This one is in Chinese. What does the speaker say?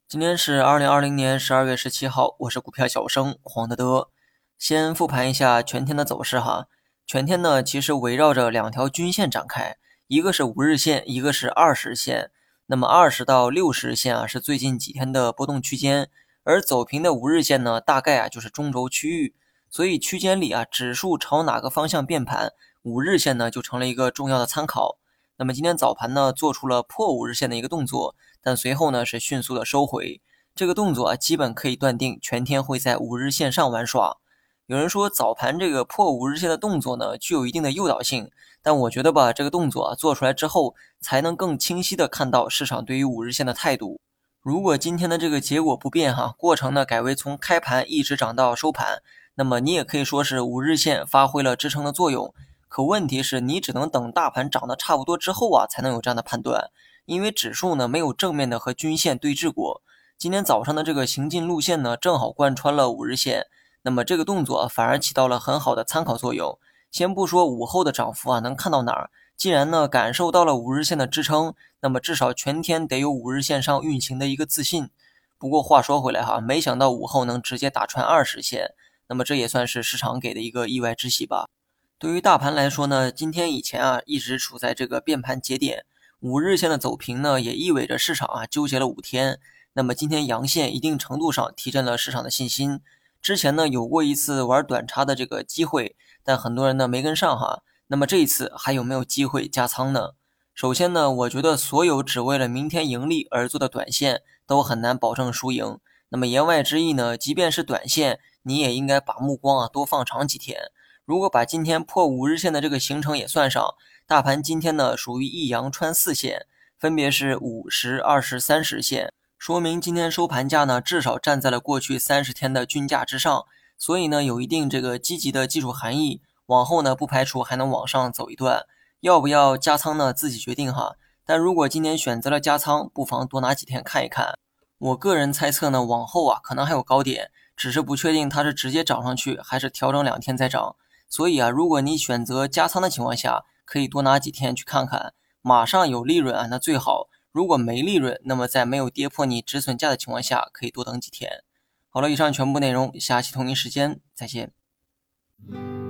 今天是2020年12月17号，我是股票小生黄德德。先复盘一下全天的走势哈。全天呢，其实围绕着两条均线展开，一个是5日线，一个是20日线。那么20到60日线是最近几天的波动区间，而走平的5日线呢，大概就是中轴区域。所以区间里指数朝哪个方向变盘，5日线呢就成了一个重要的参考。那么今天早盘呢，做出了破5日线的一个动作。但随后呢是迅速的收回，这个动作基本可以断定全天会在5日线上玩耍。有人说早盘这个破5日线的动作呢具有一定的诱导性，但我觉得吧，这个动作做出来之后才能更清晰的看到市场对于5日线的态度。如果今天的这个结果不变过程呢改为从开盘一直涨到收盘，那么你也可以说是5日线发挥了支撑的作用。可问题是你只能等大盘涨得差不多之后才能有这样的判断。因为指数呢没有正面的和均线对峙过，今天早上的这个行进路线呢正好贯穿了5日线，那么这个动作反而起到了很好的参考作用。先不说午后的涨幅能看到哪儿，既然呢感受到了5日线的支撑，那么至少全天得有5日线上运行的一个自信。不过话说回来没想到午后能直接打穿20线，那么这也算是市场给的一个意外之喜吧。对于大盘来说呢，今天以前一直处在这个变盘节点。5日线的走平呢，也意味着市场纠结了5天。那么今天阳线一定程度上提振了市场的信心。之前呢有过一次玩短差的这个机会，但很多人呢没跟上哈。那么这一次还有没有机会加仓呢？首先呢，我觉得所有只为了明天盈利而做的短线都很难保证输赢。那么言外之意呢，即便是短线，你也应该把目光多放长几天。如果把今天破5日线的这个行程也算上，大盘今天呢属于一阳穿4线，分别是5、10、20、30线，说明今天收盘价呢至少站在了过去30天的均价之上，所以呢有一定这个积极的技术含义，往后呢不排除还能往上走一段。要不要加仓呢自己决定哈，但如果今天选择了加仓，不妨多拿几天看一看。我个人猜测呢，往后可能还有高点，只是不确定它是直接涨上去还是调整2天再涨。所以如果你选择加仓的情况下，可以多拿几天去看看，马上有利润那最好。如果没利润，那么在没有跌破你止损价的情况下，可以多等几天。好了，以上全部内容，下期同一时间再见。